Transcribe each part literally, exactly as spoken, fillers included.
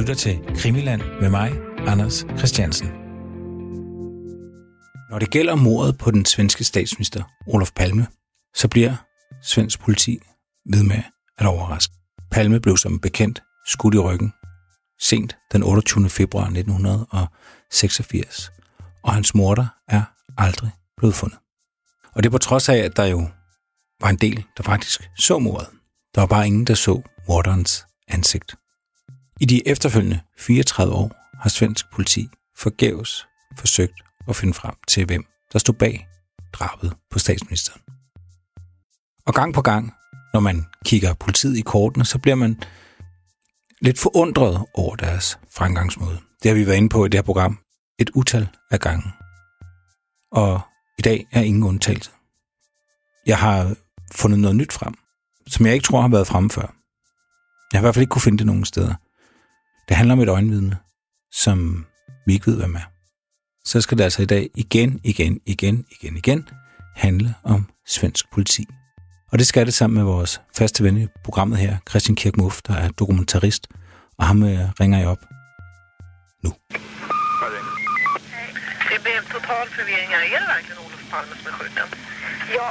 lytter til Krimiland med mig, Anders Christiansen. Når det gælder mordet på den svenske statsminister Olof Palme, så bliver svensk politi ved med at overraske. Palme blev som bekendt skudt i ryggen sent den otteogtyvende februar nitten seksogfirs, og hans morder er aldrig blevet fundet. Og det på trods af, at der jo var en del, der faktisk så mordet. Der var bare ingen, der så morderens ansigt. I de efterfølgende fireogtredive år har svensk politi forgæves forsøgt at finde frem til, hvem der stod bag drabet på statsministeren. Og gang på gang, når man kigger politiet i kortene, så bliver man lidt forundret over deres fremgangsmåde. Det har vi været inde på i det her program et utal af gange. Og i dag er ingen undtagelse. Jeg har fundet noget nyt frem, som jeg ikke tror har været fremme før. Jeg har i hvert fald ikke kunne finde det nogen steder. Det handler om et øjenvidne, som vi ikke ved, hvem er. Så skal det altså i dag igen, igen, igen, igen, igen handle om svensk politi. Og det skal det sammen med vores faste ven i programmet her, Christian Kirk Muff, der er dokumentarist, og ham øh, ringer jeg op nu. Det blev total förvirring. Är det verkligen Olof Palme som är skjuten? Ja.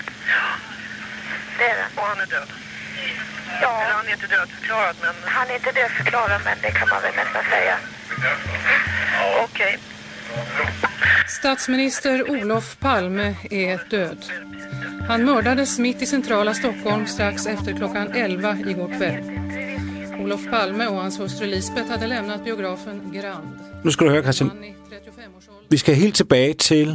Det är det. Och han är död? Ja. Eller han är inte dödförklarad, men... Han är inte dödförklarad, men det kan man väl nästan säga. Okej. Okay. Statsminister Olof Palme är död. Han mördades mitt i centrala Stockholm strax efter klockan elva igår kväll. Olof Palme och hans hustru Lisbeth hade lämnat biografen Grand. Nu skal du høre, Christian. Vi skal helt tilbage til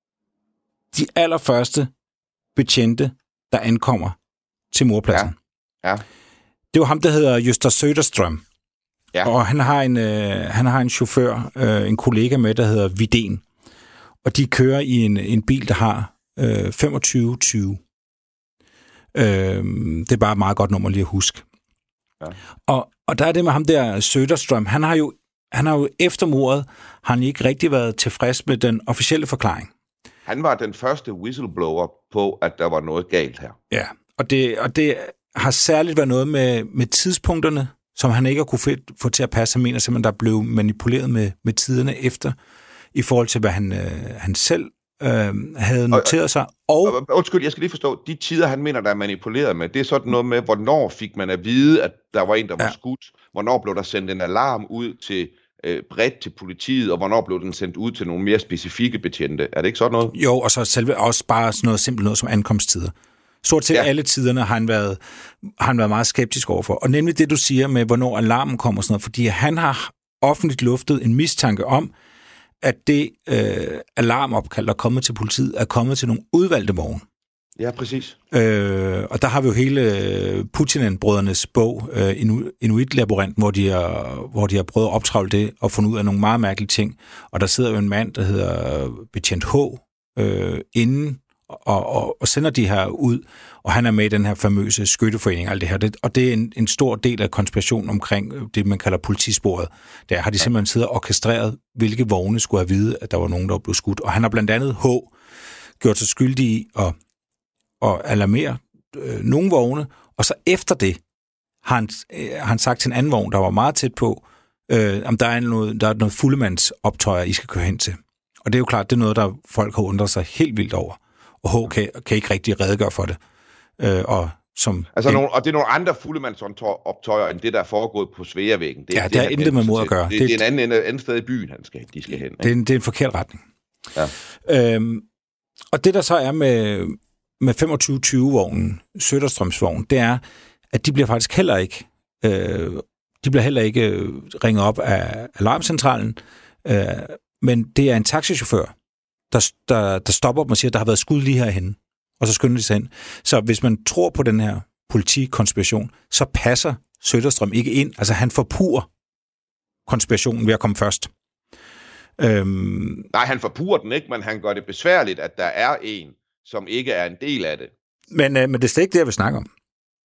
de allerførste betjente, der ankommer til mordpladsen. Ja. Ja. Det var ham, der hedder Gösta Söderström. Ja. Og han har en, øh, han har en chauffør, øh, en kollega med, der hedder Vidén. Og de kører i en, en bil, der har øh, femogtyve tyve. Øh, det er bare et meget godt nummer lige at huske. Ja. Og, og der er det med ham der, Söderström. Han har jo, han har jo efter mordet, har han ikke rigtig været tilfreds med den officielle forklaring. Han var den første whistleblower på, at der var noget galt her. Ja, og det, og det har særligt været noget med, med tidspunkterne, som han ikke har kunne få til at passe. Han mener simpelthen, der blev manipuleret med, med tiderne efter, i forhold til, hvad han, øh, han selv øh, havde noteret sig. Og, og, undskyld, jeg skal lige forstå, de tider, han mener, der er manipuleret med, det er sådan noget med, hvornår fik man at vide, at der var en, der var ja. skudt, hvornår blev der sendt en alarm ud til øh, bredt til politiet, og hvornår blev den sendt ud til nogle mere specifikke betjente. Er det ikke sådan noget? Jo, og så selv, også bare sådan noget simpelt noget som ankomsttider. Stort set ja. alle tiderne har han, været, har han været meget skeptisk overfor. Og nemlig det, du siger med, hvornår alarmen kommer og sådan noget, fordi han har offentligt luftet en mistanke om, at det øh, alarmopkald, der er kommet til politiet, er kommet til nogle udvalgte vogne. Ja, præcis. Øh, og der har vi jo hele Putin-brødrenes bog, øh, Inuit-labyrinten, hvor de, har, hvor de har prøvet at optravle det og fundet ud af nogle meget mærkelige ting. Og der sidder jo en mand, der hedder Betjent H, øh, inden Og, og, og sender de her ud, og han er med i den her famøse skytteforening, alt det her. Det, og det er en, en stor del af konspirationen omkring det, man kalder politisporet. Der har de simpelthen siddet og orkestreret, hvilke vogne skulle have vide, at der var nogen, der blev skudt. Og han har blandt andet H gjort sig skyldig i at, at alarmere øh, nogle vogne, og så efter det har han, øh, har han sagt til en anden vogn, der var meget tæt på, øh, om der er noget, der er noget fuldemandsoptøjer, I skal køre hen til. Og det er jo klart, det er noget, der folk har undret sig helt vildt over. Og H kan, kan ikke rigtig redegøre for det. Øh, og, som altså en, nogle, og det er nogle andre fuldemandsoptøjer, end det, der er foregået på Sveavæggen. Det, ja, det, det har intet med mod at gøre. Det, det, det er en anden, anden sted i byen, han skal, de skal hen. Det er, en, det er en forkert retning. Ja. Øhm, og det, der så er med, med femogtyve tyve-vognen, Söderströmsvognen, det er, at de bliver faktisk heller ikke, øh, de bliver heller ikke ringet op af alarmcentralen, øh, men det er en taxichauffør, Der, der, der stopper dem og siger, at der har været skud lige herhenne. Og så skynder de sig hen. Så hvis man tror på den her politikonspiration, så passer Söderström ikke ind. Altså han forpurer konspirationen ved at komme først. Øhm... Nej, han forpurer den ikke, men han gør det besværligt, at der er en, som ikke er en del af det. Men, øh, men det er ikke det, jeg vil snakke om.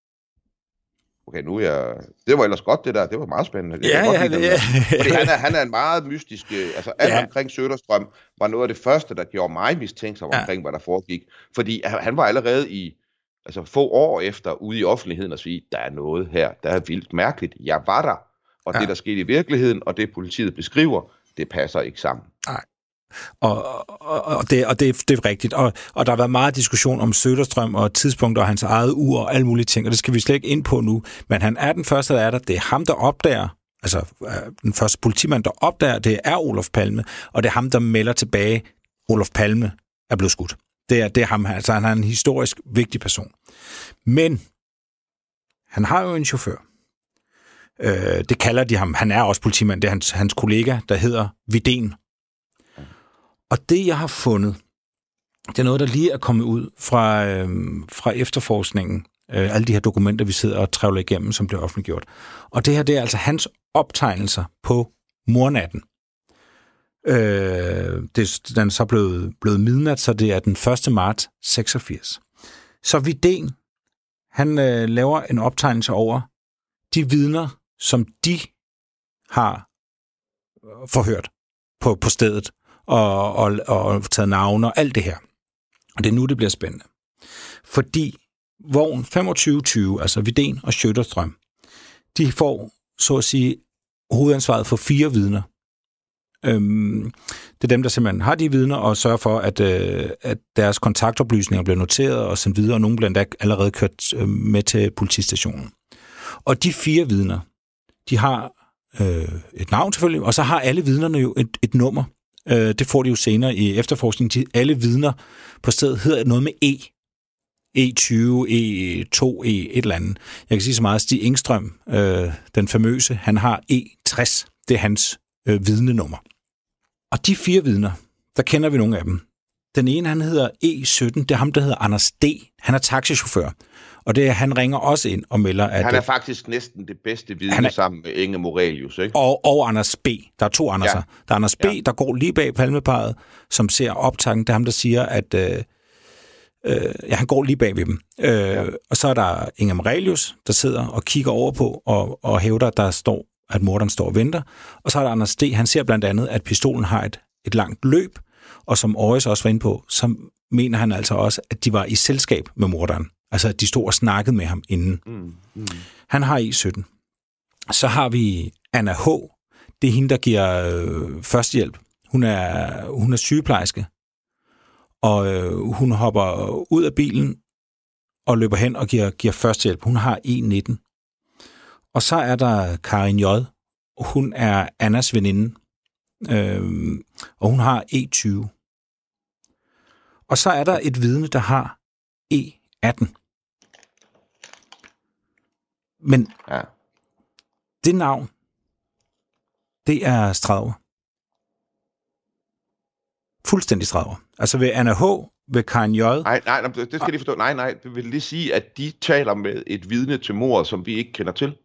Okay, nu er jeg... Det var ellers godt, det der. Det var meget spændende. Det ja, ja, lide, ja. Fordi han er, han er en meget mystisk... Altså, alt ja. omkring Söderström var noget af det første, der gjorde mig mistænksom ja. omkring, hvad der foregik. Fordi han var allerede i... Altså, få år efter ude i offentligheden og sige, der er noget her, der er vildt mærkeligt. Jeg var der. Og ja. det, der skete i virkeligheden, og det politiet beskriver, det passer ikke sammen. Nej. Og, og, og, det, og det, det er rigtigt. Og, og der har været meget diskussion om Söderström og tidspunkter og hans eget ur og alle mulige ting, og det skal vi slet ikke ind på nu. Men han er den første, der er der. Det er ham, der opdager, altså den første politimand, der opdager, det er Olof Palme, og det er ham, der melder tilbage, Olof Palme er blevet skudt. Det er, det er ham, altså han er en historisk vigtig person. Men han har jo en chauffør. Øh, det kalder de ham. Han er også politimand. Det er hans, hans kollega, der hedder Widén. Og det, jeg har fundet, det er noget, der lige er kommet ud fra, øh, fra efterforskningen. Øh, alle de her dokumenter, vi sidder og trævler igennem, som bliver offentliggjort. Og det her, det er altså hans optegnelser på mordnatten. Øh, det, den er så blevet, blevet midnat, så det er den første marts seksogfirs. Så Widén, han øh, laver en optegnelse over de vidner, som de har forhørt på, på stedet, og, og, og taget navne og alt det her. Og det er nu, det bliver spændende. Fordi vogn femogtyve tyve, altså Widén og Söderström, de får, så at sige, hovedansvaret for fire vidner. Øhm, det er dem, der simpelthen har de vidner og sørger for, at, øh, at deres kontaktoplysninger bliver noteret og sendt videre, og nogen blandt andet allerede kørt øh, med til politistationen. Og de fire vidner, de har øh, et navn selvfølgelig, og så har alle vidnerne jo et, et nummer. Øh, det får de jo senere i efterforskningen. De, alle vidner på stedet hedder noget med E. E tyve, E to, E et eller andet. Jeg kan sige så meget, Stig Engstrøm, øh, den famøse, han har E tres. Det er hans øh, vidnenummer. Og de fire vidner, der kender vi nogle af dem. Den ene, han hedder E sytten, det er ham, der hedder Anders D. Han er taxichauffør. Og det er, han ringer også ind og melder, at... Han er faktisk næsten det bedste vidne er, sammen med Inge Morelius, ikke? Og, og Anders B. Der er to Anderser. Ja. Der er Anders B., ja. Der går lige bag palmeparret, som ser optakken. Det er ham, der siger, at... Øh, øh, ja, han går lige bag ved dem. Øh, ja. Og så er der Inge Morelius, der sidder og kigger over på og, og hævder, at der står, at morderen står og venter. Og så er der Anders D. Han ser blandt andet, at pistolen har et, et langt løb, og som Øjes også var inde på, så mener han altså også, at de var i selskab med morderen. Altså, at de stod og snakkede med ham inden. Mm, mm. Han har E sytten. Så har vi Anna H. Det er hende, der giver øh, førstehjælp. Hun er, hun er sygeplejerske. Og øh, hun hopper ud af bilen og løber hen og giver, giver førstehjælp. Hun har E nitten. Og så er der Karin J. Hun er Annas veninde. Øh, og hun har E tyve. Og så er der et vidne, der har E atten. Men ja. Det navn, det er Strauer. Fuldstændig Strauer. Altså ved Anna H., ved Karin J. Nej, nej, det skal de forstå. Nej, nej, det vil lige sige, at de taler med et vidne til mord, som vi ikke kender til.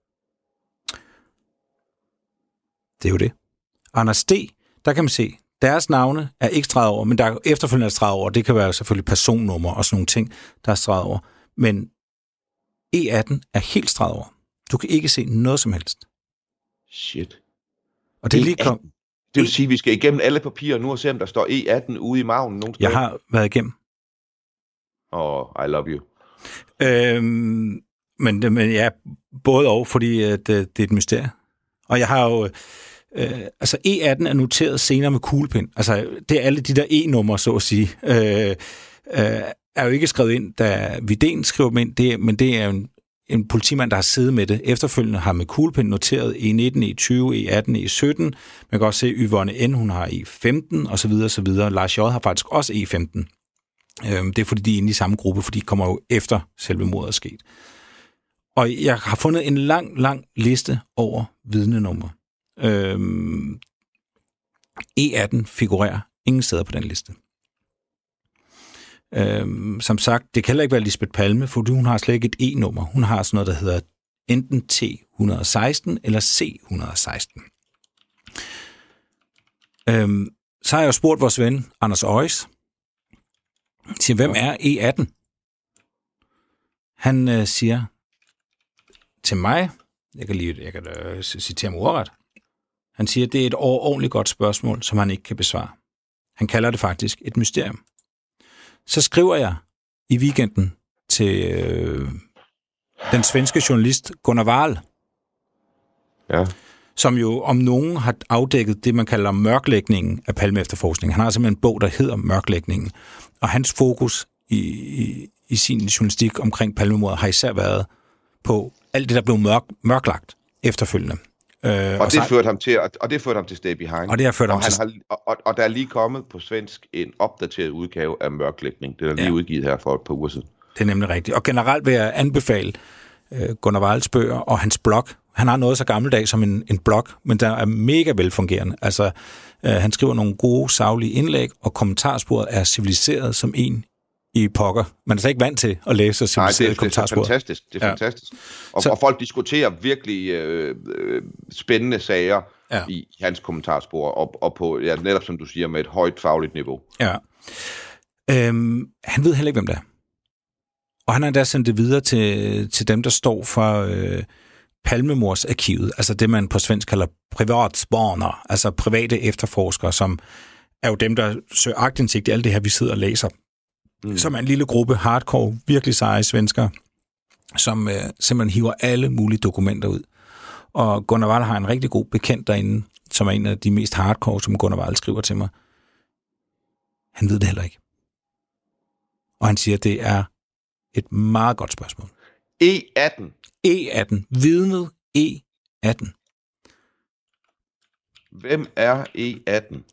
Det er jo det. Anders D., der kan man se, deres navne er ikke streget over, men der er efterfølgende streget over. Det kan være selvfølgelig personnummer og sådan nogle ting, der er streget over. Men E atten er helt streget over. Du kan ikke se noget som helst. Shit. Og det er lige kom... Det vil sige, at vi skal igennem alle papirer nu og se, om der står E atten ude i maven nogen steder. Jeg har været igennem. Åh, oh, I love you. Øhm, men, men ja, både og, fordi det, det er et mysterie. Og jeg har jo... Øh, altså E atten er noteret senere med kuglepind. Altså det er alle de der E-numre, så at sige, øh, øh, er jo ikke skrevet ind, da Widén skriver dem ind, det, men det er jo en, en politimand, der har siddet med det. Efterfølgende har med kuglepind noteret E nitten, E tyve, E atten, E sytten. Man kan også se Yvonne N, hun har E femten, og så videre, og så videre. Lars J. har faktisk også E femten. Øh, det er fordi, de er inde i samme gruppe, for de kommer jo efter selve mordet er sket. Og jeg har fundet en lang, lang liste over vidnenumre. Øhm, E atten figurerer ingen steder på den liste. Øhm, som sagt, det kan heller ikke være Lisbeth Palme, for hun har slet ikke et E-nummer. Hun har sådan noget, der hedder enten T et hundrede og seksten eller C et hundrede og seksten. Øhm, så har jeg jo spurgt vores ven, Anders Øjes, til hvem er E atten? Han øh, siger til mig, jeg kan lige jeg kan, øh, citere ham ordret, han siger, at det er et overordentligt godt spørgsmål, som han ikke kan besvare. Han kalder det faktisk et mysterium. Så skriver jeg i weekenden til øh, den svenske journalist Gunnar Wahl. Ja. Som jo om nogen har afdækket det, man kalder mørklægningen af Palme-efterforskningen. Han har simpelthen en bog, der hedder Mørklægningen. Og hans fokus i, i, i sin journalistik omkring Palmemordet har især været på alt det, der blev mørk, mørklagt efterfølgende. Øh, og, og, det så, førte ham til, og det førte ham til Stay Behind. Og det har ført ham og, til... har, og, og der er lige kommet på svensk en opdateret udgave af Mørklægning. Det er lige ja. udgivet her for et par uger siden. Det er nemlig rigtigt. Og generelt vil jeg anbefale Gunnar Wahls bøger og hans blog. Han har noget så gammeldags som en, en blog, men der er mega velfungerende. Altså, øh, han skriver nogle gode, saglige indlæg, og kommentarsporet er civiliseret som en i pokker. Man er så ikke vant til at læse civiliseret kommentarspor. Nej, det er fantastisk. Det er ja. fantastisk. Og, så, og folk diskuterer virkelig øh, øh, spændende sager ja. i hans kommentarspor, og, og på, ja, netop som du siger, med et højt fagligt niveau. Ja. Øhm, han ved heller ikke, hvem det er. Og han har endda sendt det videre til, til dem, der står for øh, Palmemordsarkivet, altså det, man på svensk kalder privatspaner, altså private efterforskere, som er jo dem, der søger aktindsigt i alt det her, vi sidder og læser. Mm. Som er en lille gruppe hardcore, virkelig seje svenskere, som øh, simpelthen hiver alle mulige dokumenter ud. Og Gunnar Wahl har en rigtig god bekendt derinde, som er en af de mest hardcore, som Gunnar Wahl skriver til mig. Han ved det heller ikke. Og han siger, at det er et meget godt spørgsmål. E atten. E atten. Vidnet E atten. Hvem er E atten?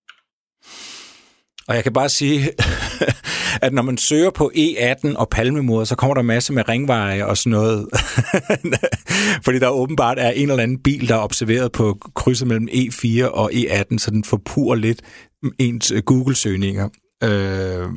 Og jeg kan bare sige, at når man søger på E atten og Palmemordet, så kommer der masser med ringveje og sådan noget. Fordi der åbenbart er en eller anden bil, der er observeret på krydset mellem E fire og E atten, så den forpurer lidt ens Google-søgninger. Øh...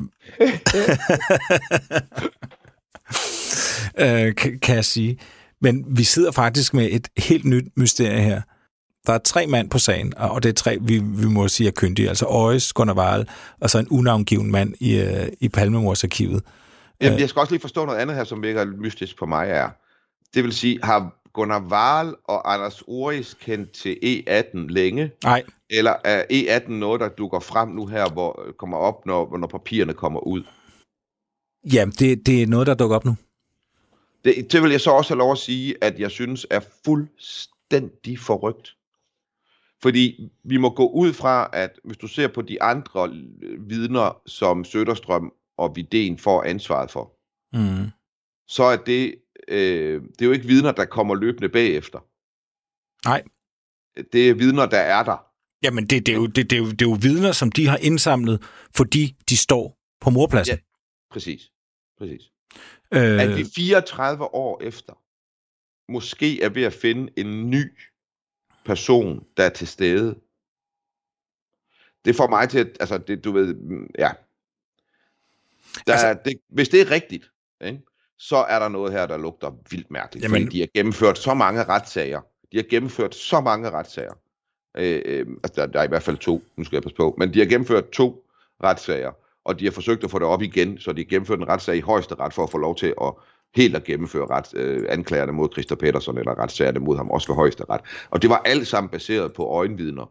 øh, kan jeg sige. Men vi sidder faktisk med et helt nyt mysterie her. Der er tre mand på sagen, og det er tre, vi, vi må sige er kyndige. Altså Øjes, Gunnar Wahl, og så en unavngiven mand i, uh, i Palmemordsarkivet. Jamen, jeg skal også lige forstå noget andet her, som virker mystisk på mig er. Det vil sige, har Gunnar Wahl og Anders Oris kendt til E atten længe? Nej. Eller er E atten noget, der dukker frem nu her, hvor kommer op, når, når papirerne kommer ud? Jamen, det, det er noget, der dukker op nu. Det, det vil jeg så også have lov at sige, at jeg synes er fuldstændig forrygt. Fordi vi må gå ud fra, at hvis du ser på de andre vidner, som Söderström og Widén får ansvaret for, mm. så er det, øh, det er jo ikke vidner, der kommer løbende bagefter. Nej. Det er vidner, der er der. Jamen, det, det, er, jo, det, det, er, jo, det er jo vidner, som de har indsamlet, fordi de står på mordpladsen. Ja, præcis. præcis. Øh... At vi fireogtredive år efter måske er ved at finde en ny person, der er til stede. Det får mig til at, altså, det, du ved, ja. Der, altså, det, hvis det er rigtigt, ikke, så er der noget her, der lugter vildt mærkeligt. Jamen, fordi de har gennemført så mange retssager. De har gennemført så mange retssager. Øh, øh, altså, der, der er i hvert fald to, nu skal jeg passe på, men de har gennemført to retssager, og de har forsøgt at få det op igen, så de har gennemført en retssag i højesteret for at få lov til at helt at gennemføre ret, øh, anklagerne mod Christer Pettersson, eller retssagerne mod ham, også ved højesteret. Og det var alt sammen baseret på øjenvidner.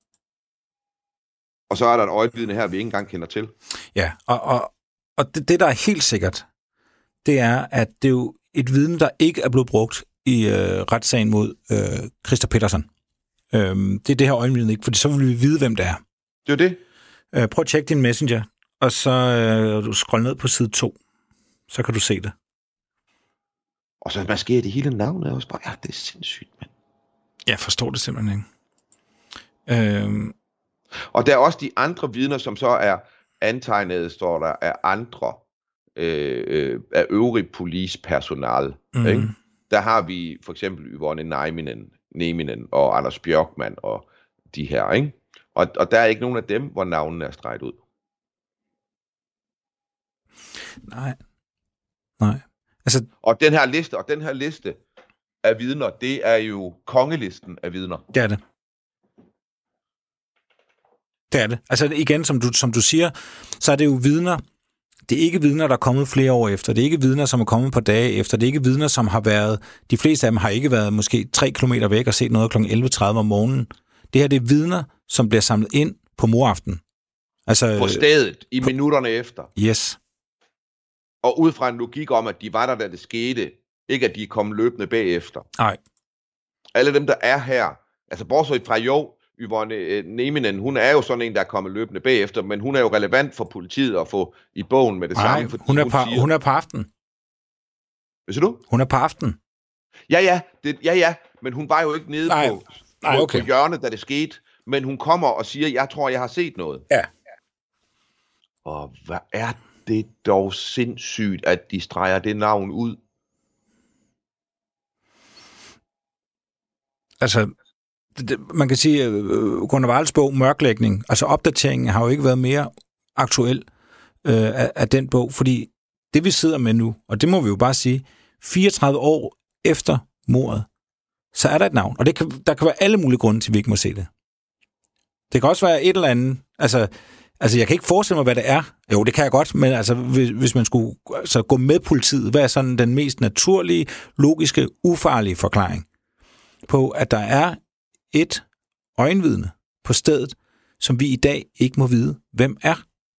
Og så er der et øjenvidne her, vi ikke engang kender til. Ja, og, og, og det, det, der er helt sikkert, det er, at det er jo et vidne, der ikke er blevet brugt i øh, retssagen mod øh, Christer Pettersson. Øh, det er det her øjenvidne ikke, for så vil vi vide, hvem det er. Det er det. Øh, prøv at tjekke din Messenger, og så øh, du scroll ned på side to. Så kan du se det. Og så hvad sker det hele navnet også bare, ja, det er sindssygt, mand. Jeg forstår det simpelthen ikke. Øhm. Og der er også de andre vidner, som så er antegnet, står der, af andre, øh, af øvrig policepersonale. Mm. Ikke? Der har vi for eksempel Yvonne Nieminen, Nieminen og Anders Bjørkman og de her, ikke? Og, og der er ikke nogen af dem, hvor navnene er streget ud. Nej. Nej. Altså, og den her liste, og den her liste af vidner, det er jo kongelisten af vidner. Det er det. Det er det. Altså igen, som du, som du siger, så er det jo vidner. Det er ikke vidner, der er kommet flere år efter. Det er ikke vidner, som er kommet på dage efter. Det er ikke vidner, som har været... De fleste af dem har ikke været måske tre kilometer væk og set noget klokken elleve tredive om morgenen. Det her, det er vidner, som bliver samlet ind på moraften. Altså, på stedet, i på... minutterne efter. Yes. Og ud fra en logik om, at de var der, da det skete. Ikke, at de kom løbende bagefter. Nej. alle dem, der er her, altså bortset fra jo, Yvonne Nieminen, hun er jo sådan en, der er kommet løbende bagefter, men hun er jo relevant for politiet at få i bogen med det Nej, samme. Fordi hun, er hun, på, siger, hun er på aften. Hvad siger du? Hun er på aften. Ja, ja, det, ja, ja, men hun var jo ikke nede Nej. på, Nej, okay. på hjørnet, da det skete, men hun kommer og siger, jeg tror, jeg har set noget. Ja. Og hvad er det dog sindssygt, at de streger det navn ud? Altså, det, det, man kan sige, uh, Gunnar Wahls bog, Mørklægning, altså opdateringen har jo ikke været mere aktuel uh, af, af den bog, fordi det vi sidder med nu, og det må vi jo bare sige, fireogtredive år efter mordet, så er der et navn, og det kan, der kan være alle mulige grunde til, at vi ikke må se det. Det kan også være et eller andet, altså, altså jeg kan ikke forestille mig, hvad det er. Jo, det kan jeg godt, men altså, hvis, hvis man skulle altså, gå med politiet, hvad er sådan den mest naturlige, logiske, ufarlige forklaring på, at der er et øjenvidne på stedet, som vi i dag ikke må vide, hvem er.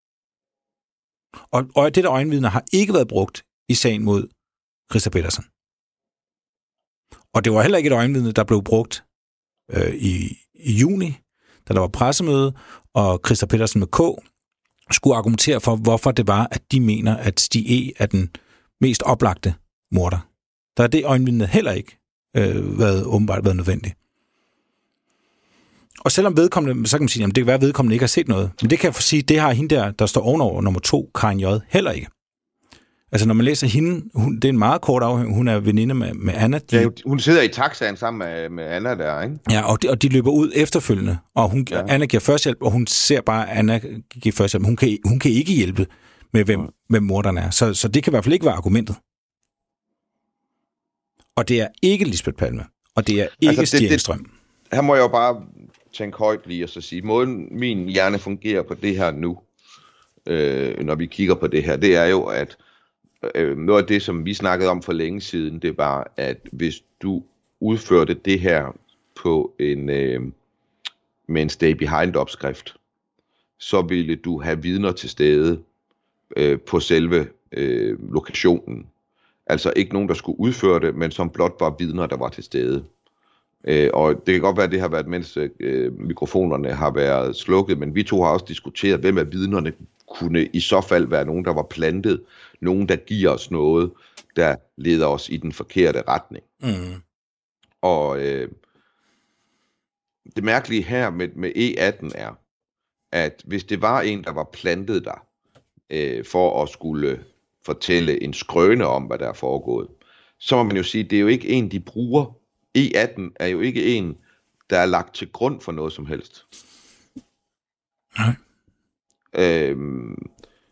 Og, og det der øjenvidne har ikke været brugt i sagen mod Christa Pettersson. Og det var heller ikke et øjenvidne, der blev brugt øh, i, i juni, da der var pressemøde, og Christa Pettersson med K skulle argumentere for, hvorfor det var, at de mener, at Stig E. er den mest oplagte morder. Der er det øjenvidne heller ikke øh, været, åbenbart været nødvendigt. Og selvom vedkommende, så kan man sige, at det kan være, at vedkommende ikke har set noget. Men det kan jeg få sige, det har hende der, der står ovenover nummer to, Karin J. heller ikke. Altså, når man læser hende, hun, det er en meget kort afhæng, hun er veninde med, med Anna. De, ja, hun sidder i taxaen sammen med, med Anna der, ikke? Ja, og de, og de løber ud efterfølgende, og hun, ja. Anna giver førstehjælp, og hun ser bare, at Anna giver førstehjælp. Hun kan, hun kan ikke hjælpe med, hvem, ja. hvem morderen er. Så, så det kan i hvert fald ikke være argumentet. Og det er ikke Lisbeth Palme, og det er ikke altså, Stig Engstrøm. Her må jeg jo bare tænke højt lige og så sige, måden min hjerne fungerer på det her nu, øh, når vi kigger på det her, det er jo, at øh, noget af det, som vi snakkede om for længe siden, det var, at hvis du udførte det her på en, øh, med en stay behind opskrift, så ville du have vidner til stede øh, på selve øh, lokationen. Altså ikke nogen, der skulle udføre det, men som blot var vidner, der var til stede. Øh, og det kan godt være, at det har været, mens øh, mikrofonerne har været slukket, men vi to har også diskuteret, hvem af vidnerne kunne i så fald være nogen, der var plantet. Nogen, der giver os noget, der leder os i den forkerte retning. Mm. Og øh, det mærkelige her med, med E atten er, at hvis det var en, der var plantet der, øh, for at skulle fortælle en skrøne om, hvad der er foregået, så må man jo sige, det er jo ikke en, de bruger. E atten er jo ikke en, der er lagt til grund for noget som helst. Nej. Øhm,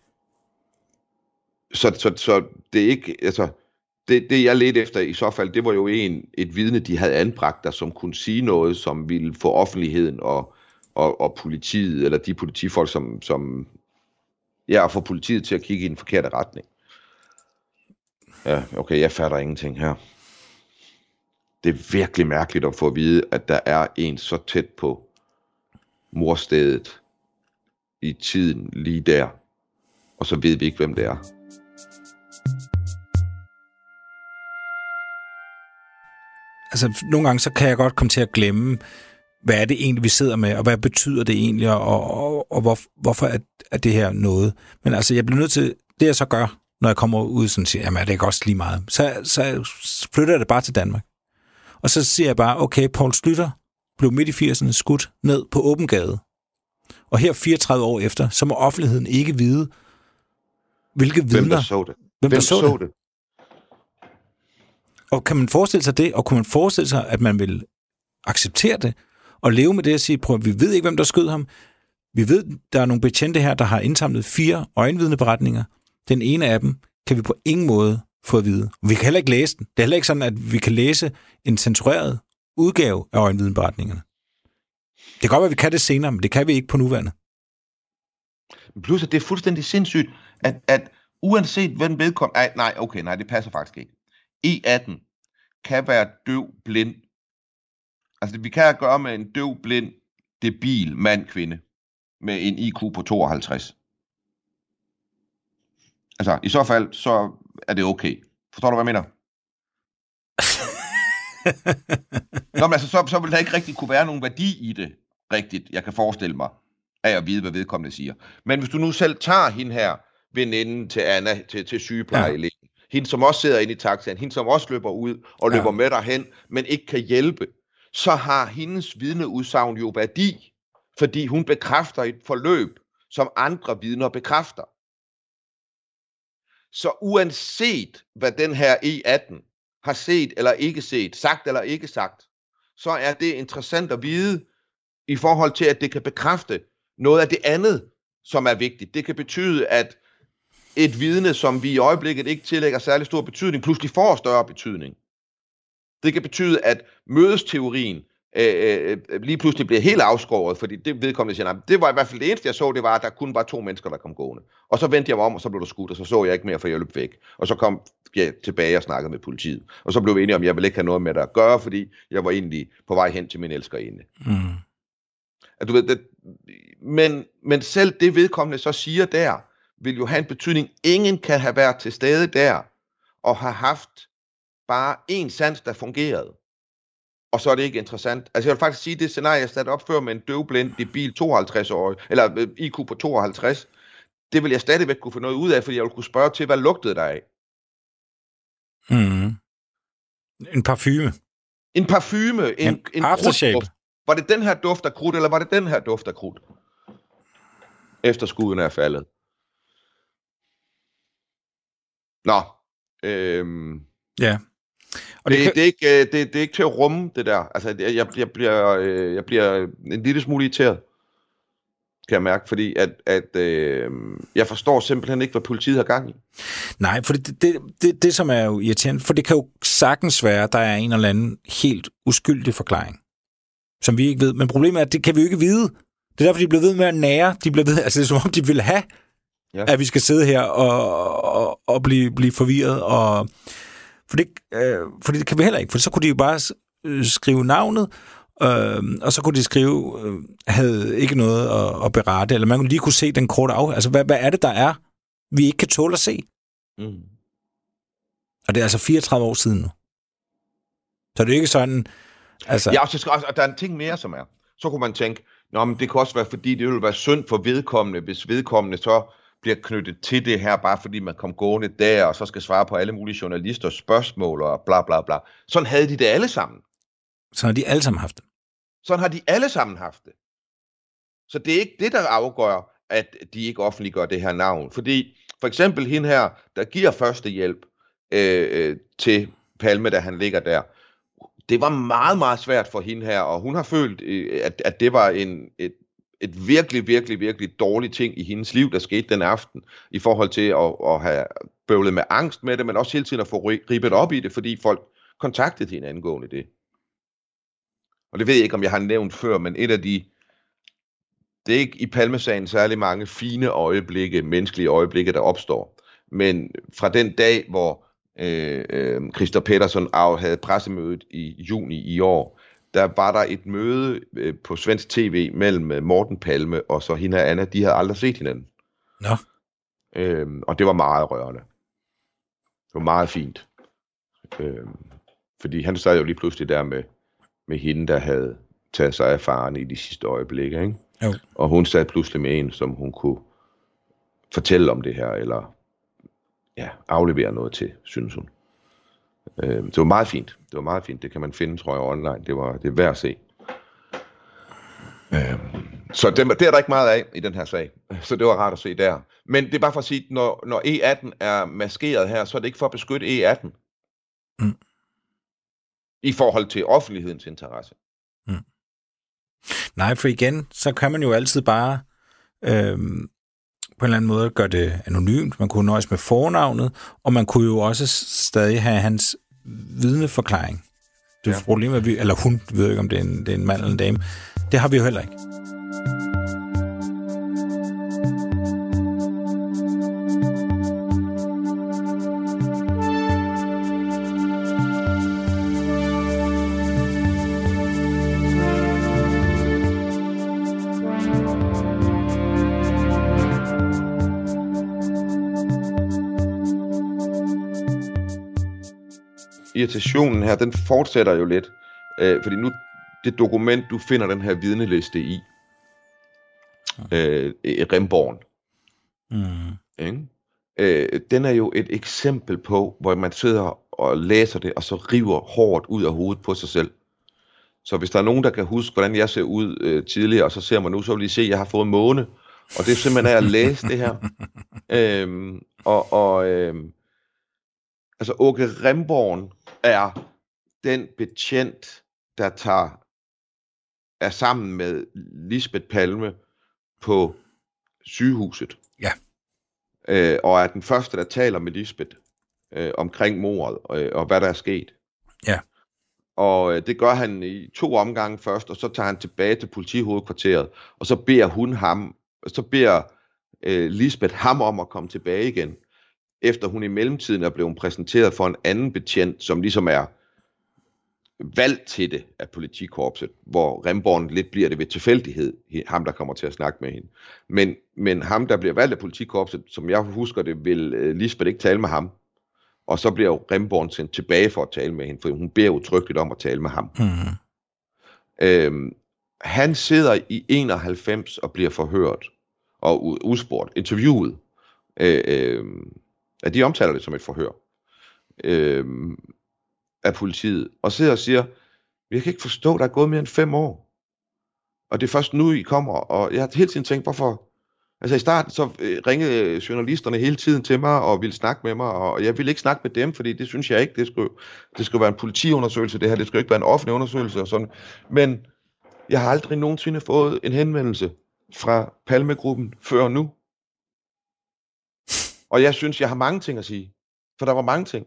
så, så, så det er ikke, altså, det, det jeg ledte efter i så fald, det var jo en, et vidne, de havde anbragt der, som kunne sige noget, som ville få offentligheden og, og, og politiet, eller de politifolk, som, som ja, få politiet til at kigge i den forkerte retning. Ja, okay, jeg fatter ingenting her. Det er virkelig mærkeligt at få at vide, at der er en så tæt på morstedet i tiden lige der, og så ved vi ikke, hvem det er. Altså, nogle gange så kan jeg godt komme til at glemme, hvad er det egentlig, vi sidder med, og hvad betyder det egentlig, og, og, og hvor, hvorfor er, er det her noget. Men altså, jeg bliver nødt til, det jeg så gør, når jeg kommer ud sådan og siger, jamen, det er ikke også lige meget, så, så flytter jeg det bare til Danmark. Og så siger jeg bare, okay, Poul Schlüter blev midt i firserne skudt ned på åben gade. Og her fireogtredive år efter, så må offentligheden ikke vide, hvilke vidner... Hvem der så det. Hvem, Hvem der så, så det. det. Og kan man forestille sig det, og kunne man forestille sig, at man vil acceptere det, og leve med det og sige, prøv, vi ved ikke, hvem der skød ham. Vi ved, der er nogle betjente her, der har indsamlet fire øjenvidneberetninger. Den ene af dem kan vi på ingen måde få at vide. Vi kan heller ikke læse den. Det er heller ikke sådan, at vi kan læse en censureret udgave af øjenvidneberetningerne. Det kan godt være, at vi kan det senere, men det kan vi ikke på nuværende. Plus, at det er fuldstændig sindssygt, at, at uanset hvem vedkommende... Ej, nej, okay, nej, det passer faktisk ikke. E atten kan være døv, blind. Altså, vi kan gøre med en døv, blind, debil mand, kvinde, med en I Q på tooghalvtreds. Altså, i så fald, så er det okay. Forstår du, hvad jeg mener? Nå, men altså, så, så vil der ikke rigtig kunne være nogen værdi i det, rigtigt, jeg kan forestille mig, af at vide, hvad vedkommende siger. Men hvis du nu selv tager hende her, veninden til Anna, til, til sygeplejelægen, ja. Hende, som også sidder inde i taxaen, hende, som også løber ud og løber ja. med derhen, men ikke kan hjælpe, så har hendes vidneudsagn jo værdi, fordi hun bekræfter et forløb, som andre vidner bekræfter. Så uanset hvad den her E atten har set eller ikke set, sagt eller ikke sagt, så er det interessant at vide i forhold til, at det kan bekræfte noget af det andet, som er vigtigt. Det kan betyde, at et vidne, som vi i øjeblikket ikke tillægger særlig stor betydning, pludselig får større betydning. Det kan betyde, at mødesteorien øh, øh, lige pludselig bliver helt afskåret, fordi det vedkommende siger, det var i hvert fald det eneste, jeg så, det var, at der kun var to mennesker, der kom gående. Og så vendte jeg mig om, og så blev der skudt, og så så jeg ikke mere, for jeg løb væk. Og så kom jeg tilbage og snakkede med politiet. Og så blev vi enige om, at jeg ville ikke have noget med det at gøre, fordi jeg var egentlig på vej hen til min elskerinde. Mm. At du ved, det, men, men selv det vedkommende så siger der, vil jo have en betydning. Ingen kan have været til stede der, og have haft bare en sans, der fungerede. Og så er det ikke interessant. Altså jeg vil faktisk sige, det scenarie, jeg satte op før med en døvblind bil tooghalvtreds-årig, eller I Q på tooghalvtreds, det vil jeg stadigvæk kunne få noget ud af, fordi jeg ville kunne spørge til, hvad lugtede der af? Mm. En parfume. En parfume. En, en, en aftershave. Var det den her duft af krudt, eller var det den her duft af krudt? Efter skuden er faldet. Nå. Øhm, ja. Og det, det, kan... det, er ikke, det, det er ikke til at rumme, det der. Altså, jeg, jeg, jeg, bliver, jeg bliver en lille smule irriteret, kan jeg mærke, fordi at, at øh, jeg forstår simpelthen ikke, hvad politiet har gang i. Nej, for det, det, det, det, som er jo irriterende, for det kan jo sagtens være, der er en eller anden helt uskyldig forklaring, som vi ikke ved. Men problemet er, at det kan vi jo ikke vide. Det er derfor, de bliver ved med at nære. De bliver ved, altså det er som om, de vil have, ja. At vi skal sidde her og, og, og blive, blive forvirret. Og, for, det, øh, for det kan vi heller ikke. For så kunne de jo bare skrive navnet, øh, og så kunne de skrive, øh, havde ikke noget at, at berette, eller man kunne lige kunne se den korte af. Altså, hvad, hvad er det, der er, vi ikke kan tåle at se? Mm. Og det er altså fireogtredive år siden nu. Så det er ikke sådan... Altså... Ja, og, så skal, og der er en ting mere, som er. Så kunne man tænke, nå, men det kan også være, fordi det ville være synd for vedkommende, hvis vedkommende så bliver knyttet til det her, bare fordi man kom gående der, og så skal svare på alle mulige journalisters spørgsmål, og bla bla bla. Sådan havde de det alle sammen. Sådan har de alle sammen haft det. Sådan har de alle sammen haft det. Så det er ikke det, der afgør, at de ikke offentliggør det her navn. Fordi for eksempel hende her, der giver førstehjælp øh, til Palme, da han ligger der, det var meget, meget svært for hende her, og hun har følt, at, at det var en, et, et virkelig, virkelig, virkelig dårligt ting i hendes liv, der skete den aften, i forhold til at, at have bøvlet med angst med det, men også hele tiden at få ribet op i det, fordi folk kontaktede hende angående det. Og det ved jeg ikke, om jeg har nævnt før, men et af de, det er ikke i Palmesagen særlig mange fine øjeblikke, menneskelige øjeblikke, der opstår, men fra den dag, hvor Øh, øh, Christer Pettersson havde pressemødet i juni i år, der var der et møde øh, på svensk tv mellem Morten Palme og så hende og Anna. De havde aldrig set hinanden. Nå. Øh, og det var meget rørende. Det var meget fint. Øh, fordi han sad jo lige pludselig der med, med hende, der havde taget sig af faren i de sidste øjeblikke, ikke? Jo. Og hun sad pludselig med en, som hun kunne fortælle om det her, eller ja, aflevere noget til, synes hun. Øh, det var meget fint. Det var meget fint. Det kan man finde, tror jeg, online. Det var det er værd at se. Øh, så det, det er der ikke meget af i den her sag. Så det var rart at se der. Men det er bare for at sige, når, når E atten er maskeret her, så er det ikke for at beskytte E atten. Mm. I forhold til offentlighedens interesse. Mm. Nej, for igen, så kan man jo altid bare... Øh... på en eller anden måde gøre det anonymt. Man kunne nøjes med fornavnet, og man kunne jo også stadig have hans vidneforklaring. Det er ja. Problemet, at vi, eller hun, vi ved ikke, om det er, en, det er en mand eller en dame. Det har vi jo heller ikke. Irritationen her, den fortsætter jo lidt. Øh, fordi nu, det dokument, du finder den her vidneliste i, øh, Remborn, mm. ikke? Øh, den er jo et eksempel på, hvor man sidder og læser det, og så river hårdt ud af hovedet på sig selv. Så hvis der er nogen, der kan huske, hvordan jeg ser ud øh, tidligere, og så ser man nu, så vil I se, at jeg har fået en måne, og det er simpelthen at læse det her. øhm, og og øhm, altså Åke Remborn er den betjent, der tager er sammen med Lisbeth Palme på sygehuset. Ja. Øh, og er den første, der taler med Lisbeth øh, omkring mordet øh, og hvad der er sket. Ja. Og øh, det gør han i to omgange først, og så tager han tilbage til politihovedkvarteret, og så beder hun ham, så beder øh, Lisbeth ham om at komme tilbage igen, efter hun i mellemtiden er blevet præsenteret for en anden betjent, som ligesom er valgt til det af politikorpset, hvor Remborn lidt bliver det ved tilfældighed, ham der kommer til at snakke med hende. Men, men ham der bliver valgt af politikorpset, som jeg husker det, vil øh, Lisbeth ikke tale med ham. Og så bliver jo Remborn sendt tilbage for at tale med hende, for hun beder udtrykkeligt om at tale med ham. Mm. Øhm, han sidder i enoghalvfems og bliver forhørt og udspurgt, interviewet. Øh, øh, at de omtaler det som et forhør øh, af politiet. Og sidder og siger, jeg kan ikke forstå, der er gået mere end fem år. Og det er først nu, I kommer. Og jeg har hele tiden tænkt, hvorfor... Altså i starten så ringede journalisterne hele tiden til mig og ville snakke med mig, og jeg ville ikke snakke med dem, fordi det synes jeg ikke, det skulle, det skulle være en politiundersøgelse, det her, det skulle ikke være en offentlig undersøgelse og sådan. Men jeg har aldrig nogensinde fået en henvendelse fra Palmegruppen før nu. Og jeg synes, jeg har mange ting at sige, for der var mange ting.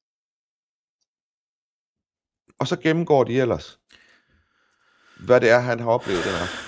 Og så gennemgår de ellers, hvad det er, han har oplevet den aften.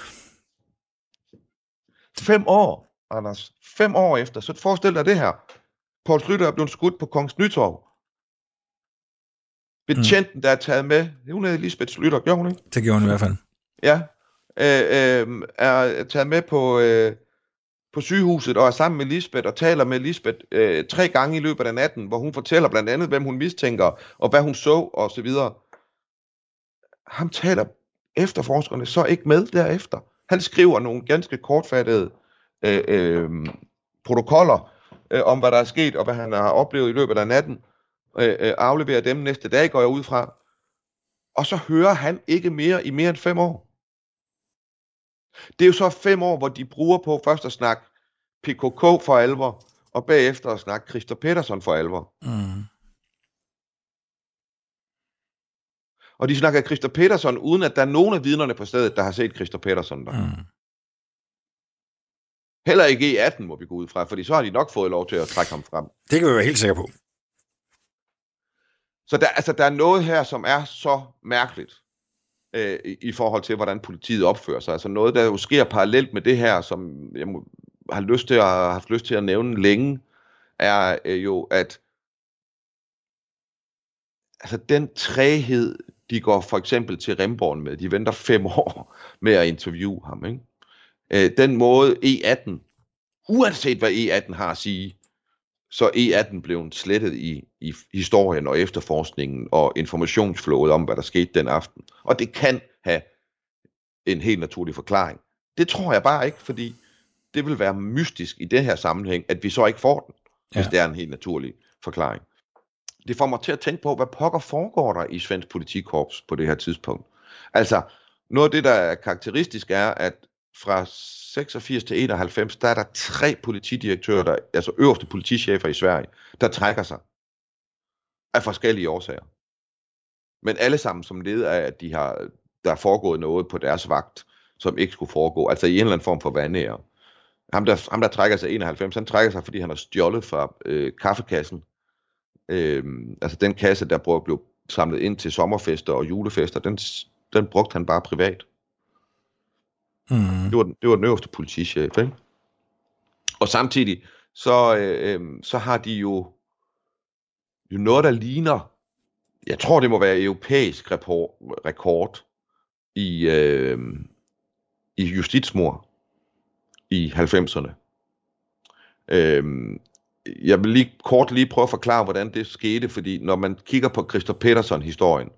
Fem år, Anders. Fem år efter. Så forestil dig det her. Poul Schlüter er blevet skudt på Kongens Nytorv. Betjenten, mm. der er taget med, hun hedder Lisbeth Schlüter, gjorde hun ikke? Det gjorde hun i hvert fald. Ja. Øh, øh, er taget med på, øh, på sygehuset og er sammen med Lisbeth og taler med Lisbeth øh, tre gange i løbet af natten, hvor hun fortæller blandt andet, hvem hun mistænker, og hvad hun så, og så videre. Ham taler efterforskerne så ikke med derefter. Han skriver nogle ganske kortfattede øh, øh, protokoller øh, om, hvad der er sket, og hvad han har oplevet i løbet af natten. Øh, øh, afleverer dem næste dag, går jeg ud fra. Og så hører han ikke mere i mere end fem år. Det er jo så fem år, hvor de bruger på først at snakke P K K for alvor, og bagefter at snakke Christer Pettersson for alvor. Mm. Og de snakker Christer Pettersson, uden at der er nogen af vidnerne på stedet, der har set Christer Pettersson der. Mm. Heller ikke i atten må vi gå ud fra, fordi så har de nok fået lov til at trække ham frem. Det kan vi være helt sikre på. Så der, altså, der er noget her, som er så mærkeligt øh, i, i forhold til, hvordan politiet opfører sig. Altså noget, der jo sker parallelt med det her, som jeg må, har lyst til at, har haft lyst til at nævne længe, er øh, jo, at altså, den træghed, de går for eksempel til Remborn med, de venter fem år med at interviewe ham, ikke? Øh, den måde E atten, uanset hvad E atten har at sige, så E atten blev slettet i, i historien og efterforskningen og informationsflowet om, hvad der skete den aften. Og det kan have en helt naturlig forklaring. Det tror jeg bare ikke, fordi det vil være mystisk i det her sammenhæng, at vi så ikke får den, hvis ja. det er en helt naturlig forklaring. Det får mig til at tænke på, hvad pokker foregår der i svensk politikorps på det her tidspunkt. Altså, noget af det, der er karakteristisk, er, at fra seksogfirs til enoghalvfems, der er der tre politidirektører, der, altså øverste politichefer i Sverige, der trækker sig af forskellige årsager. Men alle sammen som led af, at de har, der er foregået noget på deres vagt, som ikke skulle foregå, altså i en eller anden form for vanære. Ham der, ham der trækker sig enoghalvfems, han trækker sig, fordi han har stjålet fra øh, kaffekassen. Øh, altså den kasse, der blev samlet ind til sommerfester og julefester, den, den brugte han bare privat. Mm. Det var, det var den øverste politichef, ikke? Og samtidig så, øh, så har de jo, jo noget, der ligner, jeg tror det må være europæisk report, rekord i, øh, i justitsmord i halvfemserne. Øh, jeg vil lige kort lige prøve at forklare, hvordan det skete, fordi når man kigger på Christer Pettersson-historien,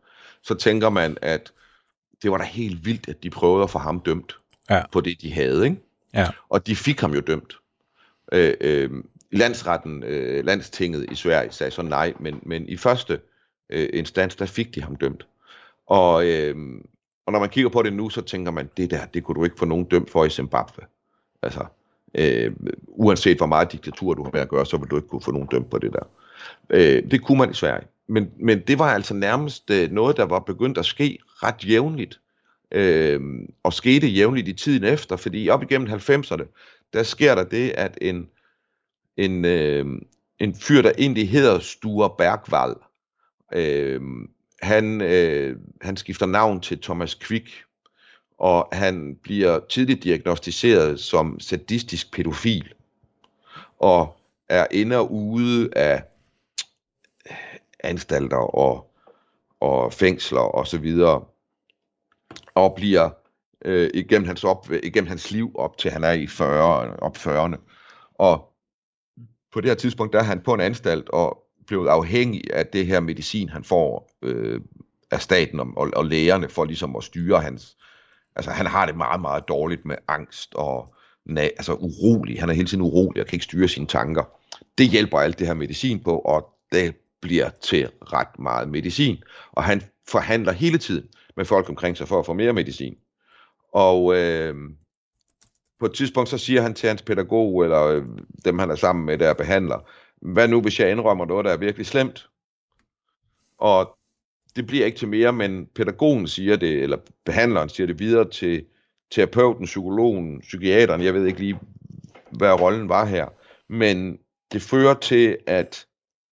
så tænker man, at det var da helt vildt, at de prøvede at få ham dømt ja. på det, de havde, ikke? Ja. Og de fik ham jo dømt. Øh, øh, landsretten, øh, landstinget i Sverige sagde så nej, men, men i første øh, instans, der fik de ham dømt. Og, øh, og når man kigger på det nu, så tænker man, det der, det kunne du ikke få nogen dømt for i Zimbabwe. Altså, øh, uanset hvor meget diktatur du har med at gøre, så vil du ikke kunne få nogen dømt på det der. Øh, det kunne man i Sverige. Men, men det var altså nærmest øh, noget, der var begyndt at ske ret jævnligt. Øh, og skete jævnligt i tiden efter, fordi op igennem halvfemserne, der sker der det, at en, en, øh, en fyr, der egentlig hedder Sture Bergwall, øh, han, øh, han skifter navn til Thomas Quick, og han bliver tidligt diagnosticeret som sadistisk pædofil, og er inde og ude af anstalter og, og fængsler og så videre, og bliver øh, igennem, hans op, igennem hans liv op til han er i fyrrerne, op fyrrerne. Og på det her tidspunkt, der er han på en anstalt og blevet afhængig af det her medicin, han får øh, af staten og, og, og lægerne, for ligesom at styre hans. Altså han har det meget, meget dårligt med angst og na, altså urolig. Han er hele tiden urolig og kan ikke styre sine tanker. Det hjælper alt det her medicin på, og det bliver til ret meget medicin. Og han forhandler hele tiden med folk omkring sig for at få mere medicin. Og øh, på et tidspunkt så siger han til hans pædagog, eller øh, dem han er sammen med, der behandler, hvad nu hvis jeg indrømmer noget, der er virkelig slemt? Og det bliver ikke til mere, men pædagogen siger det, eller behandleren siger det videre til terapeuten, psykologen, psykiateren, jeg ved ikke lige, hvad rollen var her, men det fører til, at,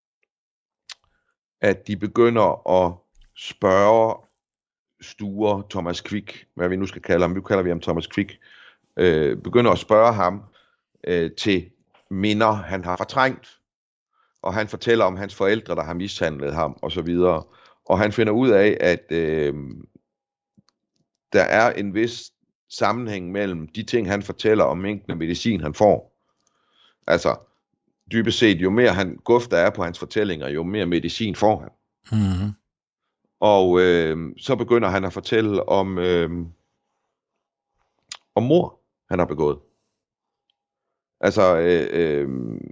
at de begynder at spørge Sture, Thomas Quick, hvad vi nu skal kalde ham, nu kalder vi ham Thomas Quick, øh, begynder at spørge ham øh, til minder, han har fortrængt, og han fortæller om hans forældre, der har mishandlet ham, og så videre. Og han finder ud af, at øh, der er en vis sammenhæng mellem de ting, han fortæller om mængden af medicin, han får. Altså, dybest set, jo mere han guf der er på hans fortællinger, jo mere medicin får han. Mm-hmm. Og øh, så begynder han at fortælle om, øh, om mord, han har begået. Altså, øh, øh,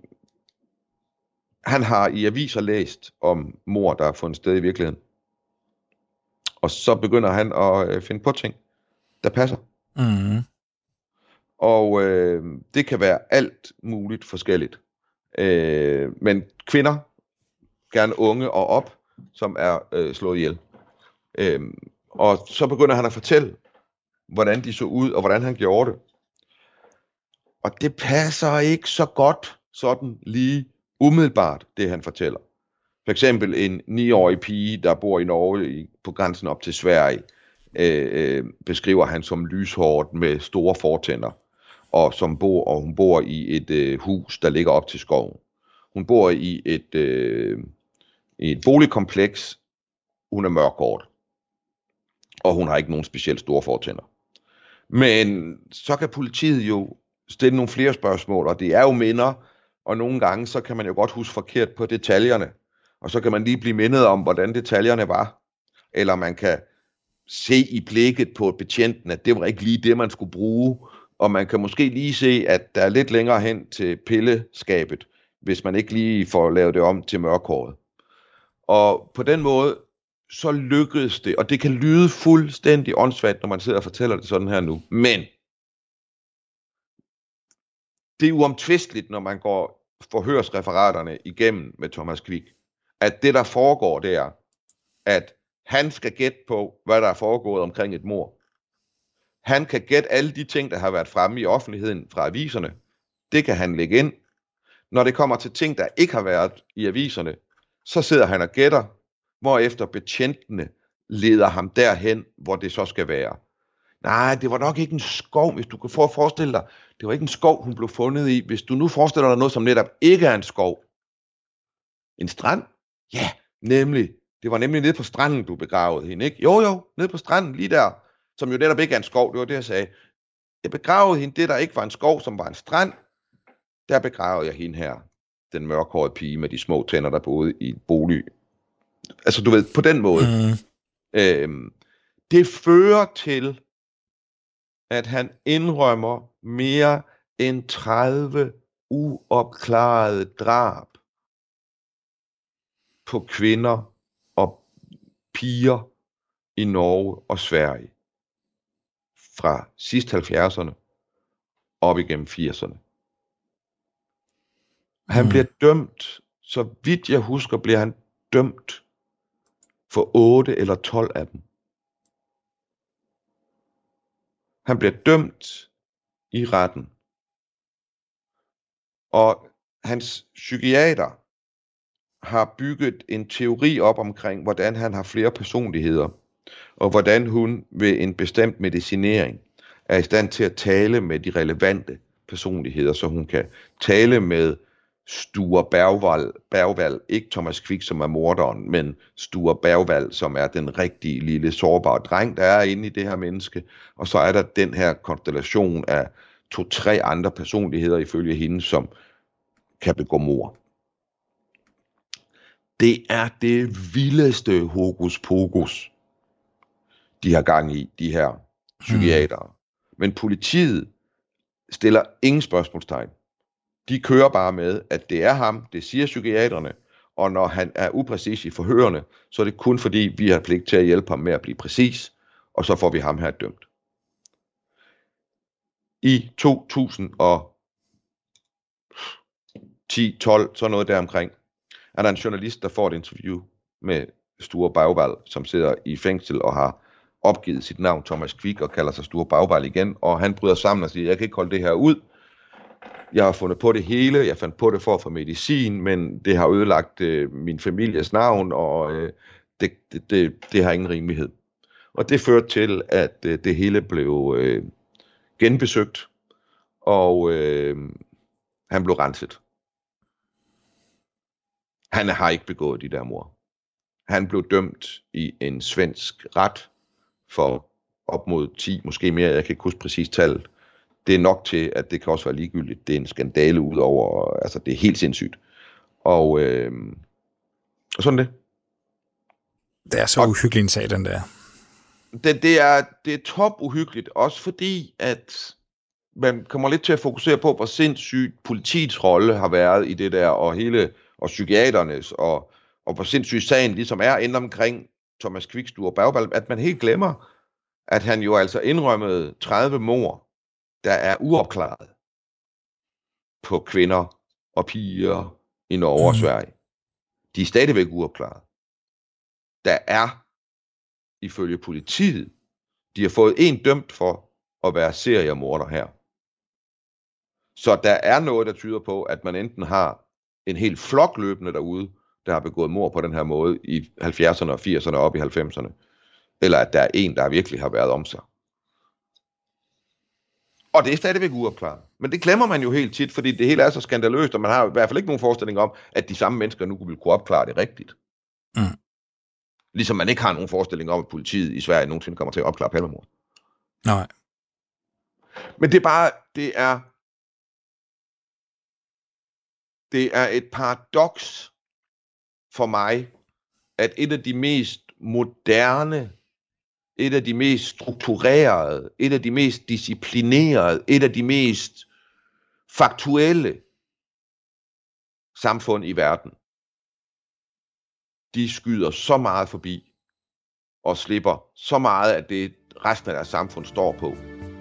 han har i aviser læst om mord, der er fundet sted i virkeligheden. Og så begynder han at øh, finde på ting, der passer. Mm-hmm. Og øh, det kan være alt muligt forskelligt. Øh, men kvinder, gerne unge og op, som er øh, slået ihjel. Øh, og så begynder han at fortælle, hvordan de så ud, og hvordan han gjorde det. Og det passer ikke så godt, sådan lige umiddelbart, det han fortæller. For eksempel en niårig pige, der bor i Norge i, på grænsen op til Sverige, øh, beskriver han som lyshåret med store fortænder, og, som bor, og hun bor i et øh, hus, der ligger op til skoven. Hun bor i et, øh, i et boligkompleks, hun er mørkhåret, og hun har ikke nogen specielt store fortænder. Men så kan politiet jo stille nogle flere spørgsmål, og det er jo minder, og nogle gange så kan man jo godt huske forkert på detaljerne, og så kan man lige blive mindet om, hvordan detaljerne var, eller man kan se i blikket på betjenten, at det var ikke lige det, man skulle bruge, og man kan måske lige se, at der er lidt længere hen til pilleskabet, hvis man ikke lige får lavet det om til mørkhåret. Og på den måde, så lykkedes det, og det kan lyde fuldstændig åndssvagt, når man sidder og fortæller det sådan her nu, men det er uomtvisteligt, når man går forhørsreferaterne igennem med Thomas Quick, at det, der foregår, det er, at han skal gætte på, hvad der er foregået omkring et mord. Han kan gætte alle de ting, der har været fremme i offentligheden fra aviserne. Det kan han lægge ind. Når det kommer til ting, der ikke har været i aviserne, så sidder han og gætter, hvorefter betjentene leder ham derhen, hvor det så skal være. Nej, det var nok ikke en skov, hvis du kan forestille dig. Det var ikke en skov, hun blev fundet i. Hvis du nu forestiller dig noget, som netop ikke er en skov. En strand? Ja, nemlig. Det var nemlig nede på stranden, du begravede hende, ikke? Jo, jo, nede på stranden, lige der, som jo netop ikke er en skov. Det var det, jeg sagde. Jeg begravede hende, det der ikke var en skov, som var en strand. Der begravede jeg hende her. Den mørkhårede pige med de små tænder, der boede i et bolig. Altså, du ved, på den måde. Mm. Øhm, det fører til, at han indrømmer mere end tredive uopklarede drab på kvinder og piger i Norge og Sverige fra sidst halvfjerdserne op igennem firserne. Han mm. bliver dømt, så vidt jeg husker, bliver han dømt for otte eller tolv af dem. Han bliver dømt i retten. Og hans psykiater har bygget en teori op omkring, hvordan han har flere personligheder, og hvordan hun ved en bestemt medicinering er i stand til at tale med de relevante personligheder, så hun kan tale med Sture Bergwall, Bergwall, ikke Thomas Quick, som er morderen, men Sture Bergwall, som er den rigtige lille sårbare dreng, der er inde i det her menneske, og så er der den her konstellation af to-tre andre personligheder ifølge hende, som kan begå mord. Det er det vildeste hokus pokus, de har gang i, de her psykiatere. Mm. Men politiet stiller ingen spørgsmålstegn. De kører bare med, at det er ham, det siger psykiaterne, og når han er upræcis i forhørene, så er det kun fordi, vi har pligt til at hjælpe ham med at blive præcis, og så får vi ham her dømt. I to tusind og ti tolv, så noget deromkring, er der en journalist, der får et interview med Sture Bergwall, som sidder i fængsel og har opgivet sit navn Thomas Quick og kalder sig Sture Bergwall igen, og han bryder sammen og siger, jeg kan ikke holde det her ud. Jeg har fundet på det hele, jeg fandt på det for at få medicin, men det har ødelagt øh, min families navn, og øh, det, det, det, det har ingen rimelighed. Og det førte til, at øh, det hele blev øh, genbesøgt, og øh, han blev renset. Han har ikke begået de der mord. Han blev dømt i en svensk ret for op mod ti, måske mere, jeg kan ikke huske præcis tallet. Det er nok til, at det kan også være ligegyldigt. Det er en skandale udover, altså det er helt sindssygt. Og, øh, og sådan det. Det er så uhyggeligt en sag, den der. Det, det, er, det er top uhyggeligt, også fordi, at man kommer lidt til at fokusere på, hvor sindssygt politiets rolle har været i det der, og hele, og psykiaternes, og, og hvor sindssygt sagen ligesom er inde omkring Thomas Quick, Sture Bergwall, at man helt glemmer, at han jo altså indrømmede tredive mord, der er uopklaret på kvinder og piger i Norge og Sverige. De er stadigvæk uopklaret. Der er, ifølge politiet, de har fået en dømt for at være seriemorder her. Så der er noget, der tyder på, at man enten har en hel flok løbende derude, der har begået mord på den her måde i halvfjerdserne og firserne og op i halvfemserne, eller at der er en, der virkelig har været om sig. Og det er stadigvæk uopklaret. Men det glemmer man jo helt tit, fordi det hele er så skandaløst, og man har i hvert fald ikke nogen forestilling om, at de samme mennesker nu vil kunne opklare det rigtigt. Mm. Ligesom man ikke har nogen forestilling om, at politiet i Sverige nogensinde kommer til at opklare Palmemord. Nej. Men det er bare, det er, det er et paradoks for mig, at et af de mest moderne, et af de mest strukturerede, et af de mest disciplinerede, et af de mest faktuelle samfund i verden, de skyder så meget forbi og slipper så meget af det, resten af deres samfund står på.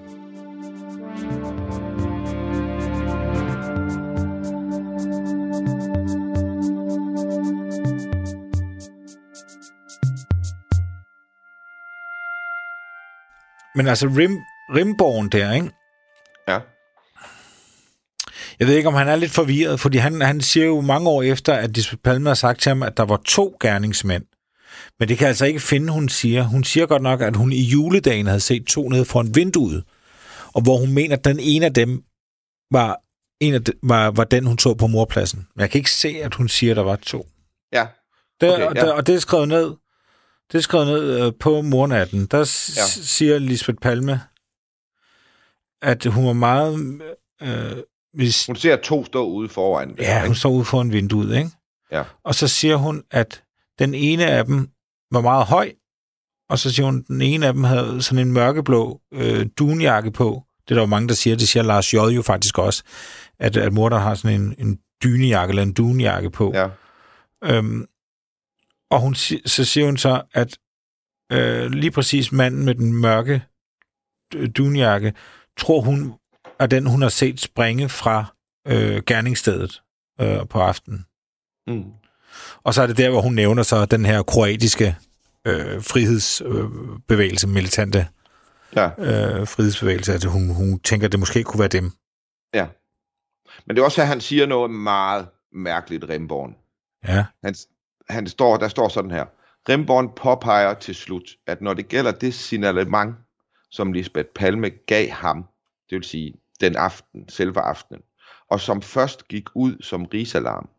Men altså Rim, Rimborn der, ikke? Ja. Jeg ved ikke, om han er lidt forvirret, fordi han, han siger jo mange år efter, at Lisbeth Palme har sagt til ham, at der var to gerningsmænd. Men det kan altså ikke finde, hun siger. Hun siger godt nok, at hun i juledagen havde set to nede foran vinduet, og hvor hun mener, at den ene af dem var, en af de, var, var den, hun så på mordpladsen. Men jeg kan ikke se, at hun siger, at der var to. Ja. Okay, okay, og, ja. Der, og det er skrevet ned. Det er skrevet ned øh, på mordnatten. Der s- ja. siger Lisbeth Palme, at hun var meget... Øh, hvis, hun ser to stå ude foran. Det, ja, ikke? hun står ude foran vinduet, ikke? Ja. Og så siger hun, at den ene af dem var meget høj, og så siger hun, den ene af dem havde sådan en mørkeblå øh, dunjakke på. Det er der jo mange, der siger. Det siger Lars J. jo faktisk også, at, at morderen har sådan en, en dynejakke eller en dunjakke på. Ja. Øhm, og hun, så siger hun så, at øh, lige præcis manden med den mørke dunjakke, tror hun, at den, hun har set springe fra øh, gerningsstedet øh, på aftenen. Mm. Og så er det der, hvor hun nævner så den her kroatiske øh, frihedsbevægelse, øh, militante ja. øh, frihedsbevægelse, at hun, hun tænker, at det måske kunne være dem. Ja. Men det er også, at han siger noget meget mærkeligt, Rimborn. Ja. Han, han står, der står sådan her. Rimborn påpeger til slut, at når det gælder det signalement, som Lisbeth Palme gav ham, det vil sige den aften, selve aftenen, og som først gik ud som rigsalarm,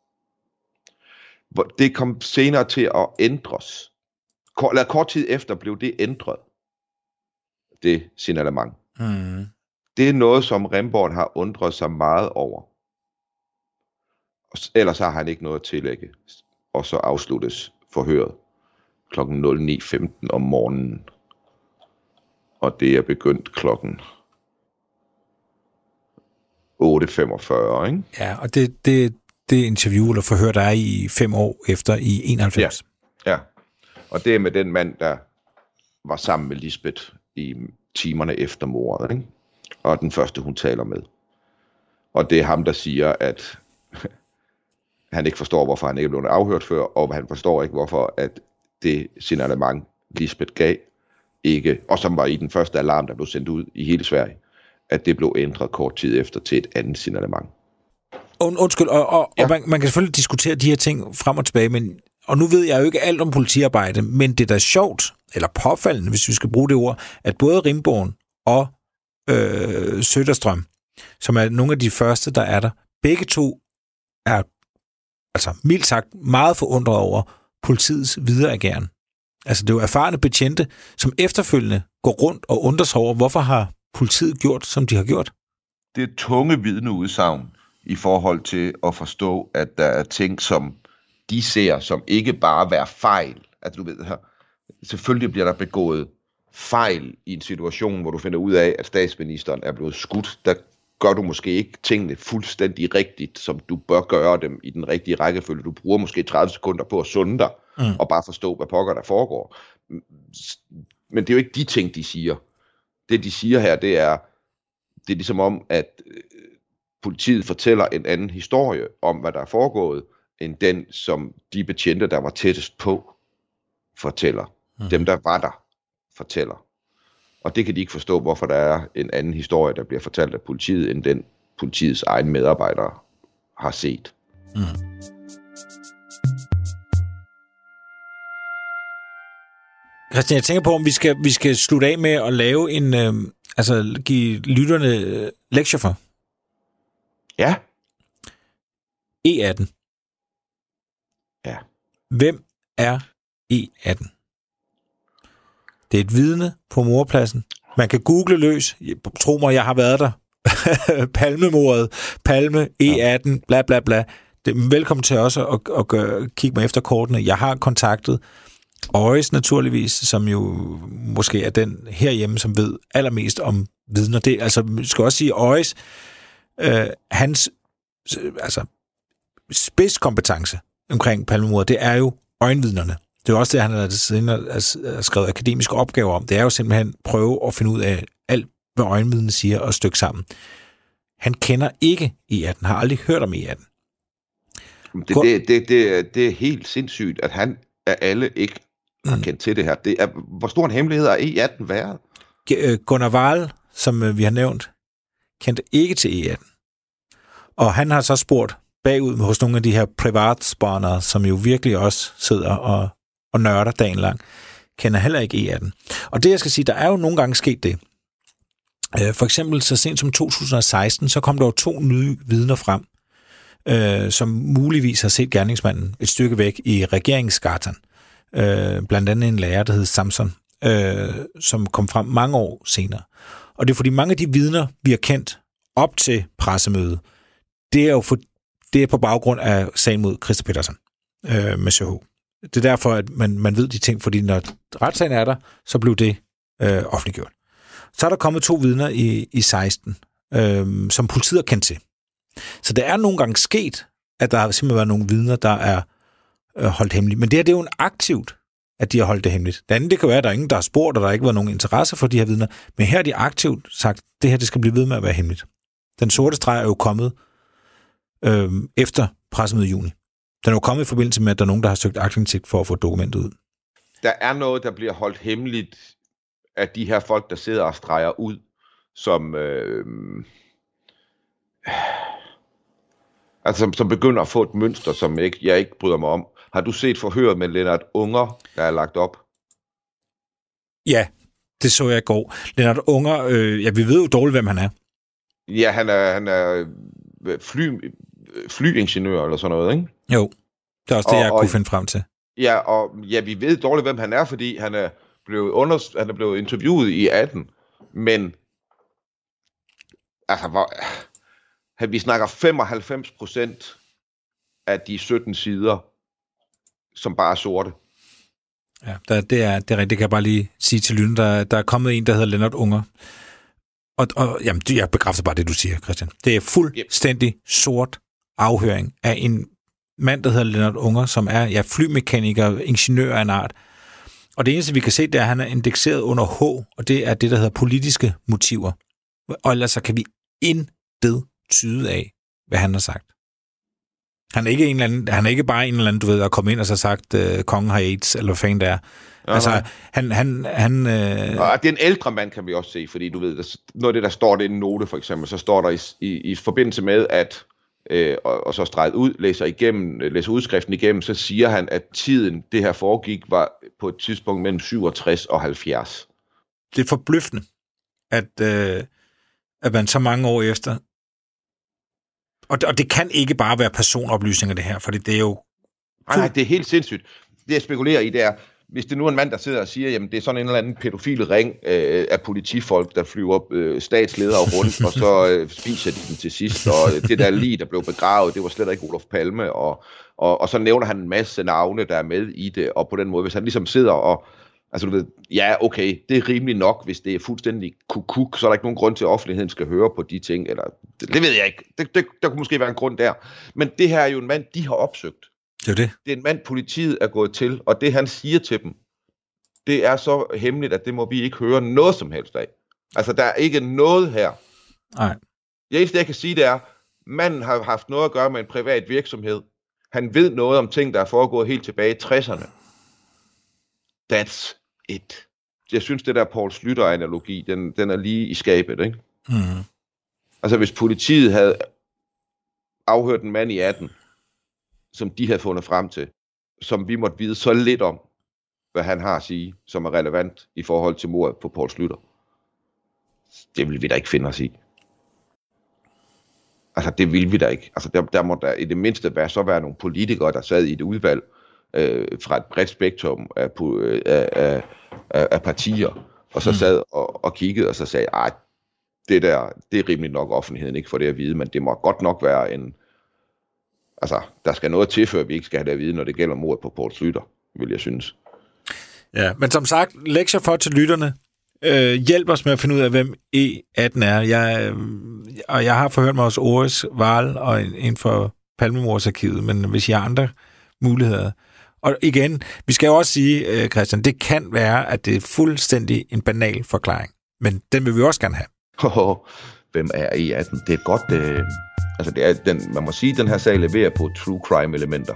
det kom senere til at ændres. Kort, eller kort tid efter blev det ændret, det signalement. Mm. Det er noget, som Rimborn har undret sig meget over. Ellers har han ikke noget at tillægge. Og så afsluttes forhøret klokken nul ni femten om morgenen. Og det er begyndt klokken otte femogfyrre, ikke? Ja, og det, det, det interview eller forhør, der er i fem år efter i enoghalvfems. Ja, ja. Og det er med den mand, der var sammen med Lisbeth i timerne efter mordet, ikke? Og den første, hun taler med. Og det er ham, der siger, at han ikke forstår, hvorfor han ikke er blevet afhørt før, og han forstår ikke, hvorfor at det signalement, Lisbeth gav, ikke, og som var i den første alarm, der blev sendt ud i hele Sverige, at det blev ændret kort tid efter til et andet signalement. Und, undskyld, og, og, ja. og man, man kan selvfølgelig diskutere de her ting frem og tilbage, men, og nu ved jeg jo ikke alt om politiarbejde, men det er da sjovt, eller påfaldende, hvis vi skal bruge det ord, at både Rimborn og øh, Söderström, som er nogle af de første, der er der, begge to er altså mildt sagt meget forundret over politiets videreageren. Altså det er jo erfarne betjente, som efterfølgende går rundt og undrer sig over, hvorfor har politiet gjort, som de har gjort? Det er tunge vidneudsagn i forhold til at forstå, at der er ting, som de ser som ikke bare være fejl. Altså du ved her, selvfølgelig bliver der begået fejl i en situation, hvor du finder ud af, at statsministeren er blevet skudt. Der gør du måske ikke tingene fuldstændig rigtigt, som du bør gøre dem i den rigtige rækkefølge. Du bruger måske tredive sekunder på at sunde dig, mm. og bare forstå, hvad pokker der foregår. Men det er jo ikke de ting, de siger. Det, de siger her, det er, det er ligesom om, at politiet fortæller en anden historie om, hvad der er foregået, end den, som de betjente, der var tættest på, fortæller. Mm. Dem, der var der, fortæller. Og det kan de ikke forstå, hvorfor der er en anden historie, der bliver fortalt af politiet, end den politiets egne medarbejdere har set. Mm. Christian, jeg tænker på, om vi skal, vi skal slutte af med at lave en, øh, altså give lytterne øh, lektier for. Ja. E atten. Ja. Hvem er E atten? Det er et vidne på mordpladsen. Man kan google løs. Tro mig, jeg har været der. Palmemordet, Palme, E atten, bla bla bla. Det er velkommen til også at, at, at kigge mig efter kortene. Jeg har kontaktet Øjes naturligvis, som jo måske er den herhjemme, som ved allermest om vidner. Det altså, skal også sige, Øjes, øh, hans altså, spidskompetence omkring Palmemordet, det er jo øjenvidnerne. Det er også det, han har skrevet akademiske opgaver om. Det er jo simpelthen prøve at finde ud af alt, hvad øjenvidnerne siger, og stykke sammen. Han kender ikke E atten, har aldrig hørt om E atten. Det, det, det, det, det er helt sindssygt, at han af alle ikke har kendt til det her. Det er, hvor stor en hemmelighed er E atten været? Gunnar Wahl, som vi har nævnt, kendte ikke til E atten. Og han har så spurgt bagud hos nogle af de her privatspanere, som jo virkelig også sidder og, og nørder dagen lang, kender heller ikke E atten. Og det, jeg skal sige, der er jo nogle gange sket det. For eksempel så sent som to tusind og seksten, så kom der jo to nye vidner frem, øh, som muligvis har set gerningsmanden et stykke væk i regeringsgatan. Øh, blandt andet en lærer, der hed Samson, øh, som kom frem mange år senere. Og det er fordi mange af de vidner, vi har kendt op til pressemødet, det er jo for, det er på baggrund af sagen mod Christer Petersen øh, med C H. Det er derfor, at man, man ved de ting, fordi når retssagen er der, så blev det øh, offentliggjort. Så er der kommet to vidner i, i seksten, øh, som politiet har kendt til. Så det er nogle gange sket, at der har simpelthen været nogle vidner, der er øh, holdt hemmeligt. Men det her, det er jo en aktivt, at de har holdt det hemmeligt. Det andet, det kan være, at der er ingen, der har spurgt, og der har ikke været nogen interesse for de her vidner. Men her er de aktivt sagt, at det her, det skal blive ved med at være hemmeligt. Den sorte streg er jo kommet øh, efter pressemødet i juni. Den er jo kommet i forbindelse med, at der er nogen, der har søgt aktindsigt for at få dokumentet ud. Der er noget, der bliver holdt hemmeligt af de her folk, der sidder og streger ud, som, øh, altså, som, som begynder at få et mønster, som jeg ikke, jeg ikke bryder mig om. Har du set forhøret med Lennart Unger, der er lagt op? Ja, det så jeg i går. Lennart Unger, øh, ja, vi ved jo dårligt, hvem han er. Ja, han er, han er fly, flyingeniør eller sådan noget, ikke? Jo, det er også det, og, jeg og, kunne finde frem til. Ja, og ja, vi ved dårligt, hvem han er, fordi han er blevet, under, han er blevet interviewet i atten, men altså, hvor, vi snakker femoghalvfems procent af de sytten sider, som bare er sorte. Ja, der, det, er, det er rigtigt. Det kan jeg bare lige sige til lyden. Der, der er kommet en, der hedder Lennart Unger. Og, og jamen, jeg bekræfter bare det, du siger, Christian. Det er fuldstændig sort afhøring af en mand, der hedder Lennart Unger, som er ja, flymekaniker, ingeniør af en art. Og det eneste, vi kan se, det er, at han er indekseret under H, og det er det, der hedder politiske motiver. Og ellers så kan vi intet tyde af, hvad han har sagt. Han er ikke, en eller anden, han er ikke bare en eller anden, du ved, der kommer ind og så har sagt, uh, kongen har AIDS, eller hvad fanden det er. Ja, altså, nej. han... han, han øh... Og det er en ældre mand, kan vi også se, fordi du ved, der, noget af det, der står det i en note, for eksempel, så står der i, i, i forbindelse med, at, øh, og, og så streget ud, læser, igennem, læser udskriften igennem, så siger han, at tiden, det her foregik, var på et tidspunkt mellem syvogtres og halvfjerds. Det er forbløffende, at, øh, at man så mange år efter... Og det, og det kan ikke bare være personoplysninger, det her, for det er jo... Nej, nej, det er helt sindssygt. Det, jeg spekulerer i, det er, hvis det nu er en mand, der sidder og siger, jamen det er sådan en eller anden pædofil ring øh, af politifolk, der flyver øh, statsledere rundt, og så øh, spiser de den til sidst, og det der lig, der blev begravet, det var slet ikke Olof Palme, og, og, og så nævner han en masse navne, der er med i det, og på den måde, hvis han ligesom sidder og, altså du ved, ja, okay, det er rimeligt nok, hvis det er fuldstændig kukuk, så er der ikke nogen grund til, at offentligheden skal høre på de ting, eller det, det ved jeg ikke, det, det, der kunne måske være en grund der, men det her er jo en mand, de har opsøgt. Det er det. Det er en mand, politiet er gået til, og det han siger til dem, det er så hemmeligt, at det må vi ikke høre noget som helst af. Altså, der er ikke noget her. Nej. Det eneste, jeg kan sige, det er, manden har haft noget at gøre med en privat virksomhed. Han ved noget om ting, der er foregået helt tilbage i tresserne. That's it. Jeg synes, det der Poul Schlüter-analogi, den, den er lige i skabet, ikke? Mm. Altså, hvis politiet havde afhørt en mand i atten, som de havde fundet frem til, som vi måtte vide så lidt om, hvad han har at sige, som er relevant i forhold til mordet på Poul Schlüter. Det vil vi da ikke finde os i. Altså, det vil vi da ikke. Altså, der, der må der i det mindste være, så være nogle politikere, der sad i et udvalg øh, fra et bredt spektrum af, af, af, af partier, og så sad og, og kiggede, og så sagde, ej, det der, det er rimelig nok offentligheden ikke for det at vide, men det må godt nok være en, altså, der skal noget til, før vi ikke skal have det at vide, når det gælder mordet på Poul Schlüter, vil jeg synes. Ja, men som sagt, lektier for til lytterne. Øh, hjælp os med at finde ud af, hvem E atten er. Jeg, øh, og jeg har forhørt mig hos Oris Wahl og en, en for Palmemordsarkivet, men hvis I har andre muligheder. Og igen, vi skal jo også sige, øh, Christian, det kan være, at det er fuldstændig en banal forklaring. Men den vil vi også gerne have. Oh, hvem er E atten? Det er et godt... Øh, altså, det er den, man må sige, at den her sag leverer på true crime-elementer.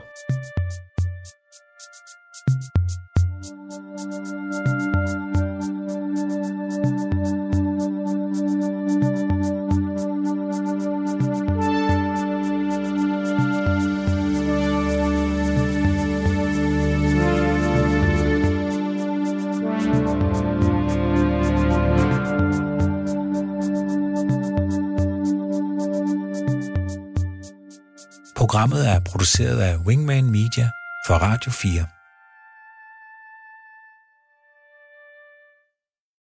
Programmet er produceret af Wingman Media for Radio fire.